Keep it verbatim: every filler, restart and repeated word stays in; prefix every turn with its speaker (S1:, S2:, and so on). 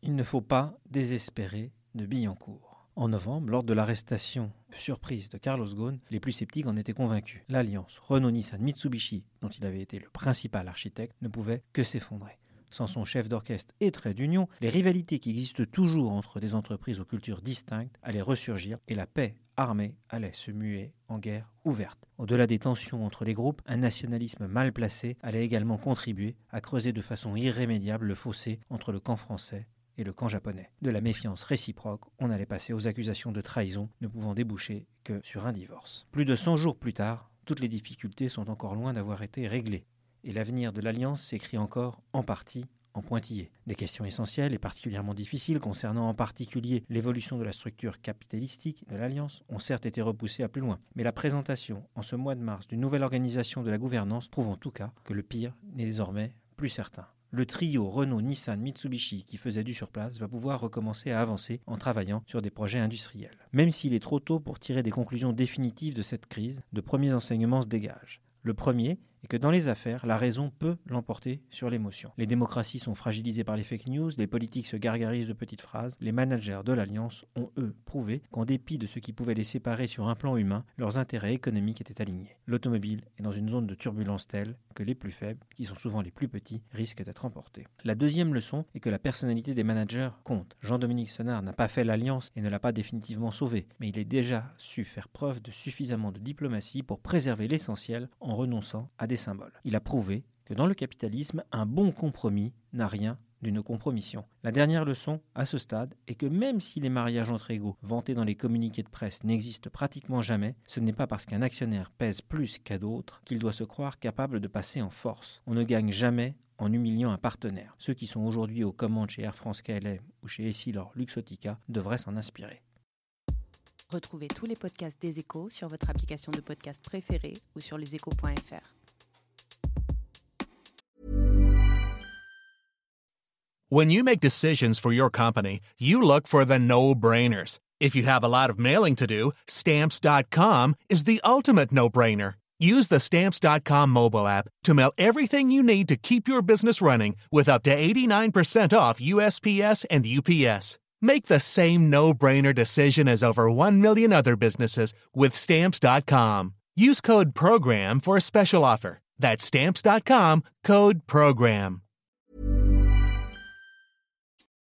S1: Il ne faut pas désespérer de Billancourt. En novembre, lors de l'arrestation surprise de Carlos Ghosn, les plus sceptiques en étaient convaincus. L'alliance Renault-Nissan-Mitsubishi, dont il avait été le principal architecte, ne pouvait que s'effondrer. Sans son chef d'orchestre et trait d'union, les rivalités qui existent toujours entre des entreprises aux cultures distinctes allaient ressurgir et la paix armée allait se muer en guerre ouverte. Au-delà des tensions entre les groupes, un nationalisme mal placé allait également contribuer à creuser de façon irrémédiable le fossé entre le camp français et le camp japonais. De la méfiance réciproque, on allait passer aux accusations de trahison, ne pouvant déboucher que sur un divorce. Plus de cent jours plus tard, toutes les difficultés sont encore loin d'avoir été réglées. Et l'avenir de l'Alliance s'écrit encore en partie en pointillé. Des questions essentielles et particulièrement difficiles concernant en particulier l'évolution de la structure capitalistique de l'Alliance ont certes été repoussées à plus loin. Mais la présentation en ce mois de mars d'une nouvelle organisation de la gouvernance prouve en tout cas que le pire n'est désormais plus certain. Le trio Renault-Nissan-Mitsubishi qui faisait du surplace va pouvoir recommencer à avancer en travaillant sur des projets industriels. Même s'il est trop tôt pour tirer des conclusions définitives de cette crise, de premiers enseignements se dégagent. Le premier est que dans les affaires, la raison peut l'emporter sur l'émotion. Les démocraties sont fragilisées par les fake news, les politiques se gargarisent de petites phrases. Les managers de l'Alliance ont, eux, prouvé qu'en dépit de ce qui pouvait les séparer sur un plan humain, leurs intérêts économiques étaient alignés. L'automobile est dans une zone de turbulence telle que les plus faibles, qui sont souvent les plus petits, risquent d'être emportés. La deuxième leçon est que la personnalité des managers compte. Jean-Dominique Senard n'a pas fait l'Alliance et ne l'a pas définitivement sauvée, mais il a déjà su faire preuve de suffisamment de diplomatie pour préserver l'essentiel en renonçant à des symboles. Il a prouvé que dans le capitalisme, un bon compromis n'a rien d'une compromission. La dernière leçon, à ce stade, est que même si les mariages entre égaux vantés dans les communiqués de presse n'existent pratiquement jamais, ce n'est pas parce qu'un actionnaire pèse plus qu'à d'autres qu'il doit se croire capable de passer en force. On ne gagne jamais en humiliant un partenaire. Ceux qui sont aujourd'hui aux commandes chez Air France-K L M ou chez Essilor-Luxottica devraient s'en inspirer.
S2: Retrouvez tous les podcasts des Échos sur votre application de podcast préférée ou sur leséchos point f r.
S3: When you make decisions for your company, you look for the no-brainers. If you have a lot of mailing to do, Stamps dot com is the ultimate no-brainer. Use the Stamps dot com mobile app to mail everything you need to keep your business running with up to eighty-nine percent off U S P S and U P S. Make the same no-brainer decision as over one million other businesses with Stamps dot com. Use code PROGRAM for a special offer. That's Stamps dot com, code PROGRAM.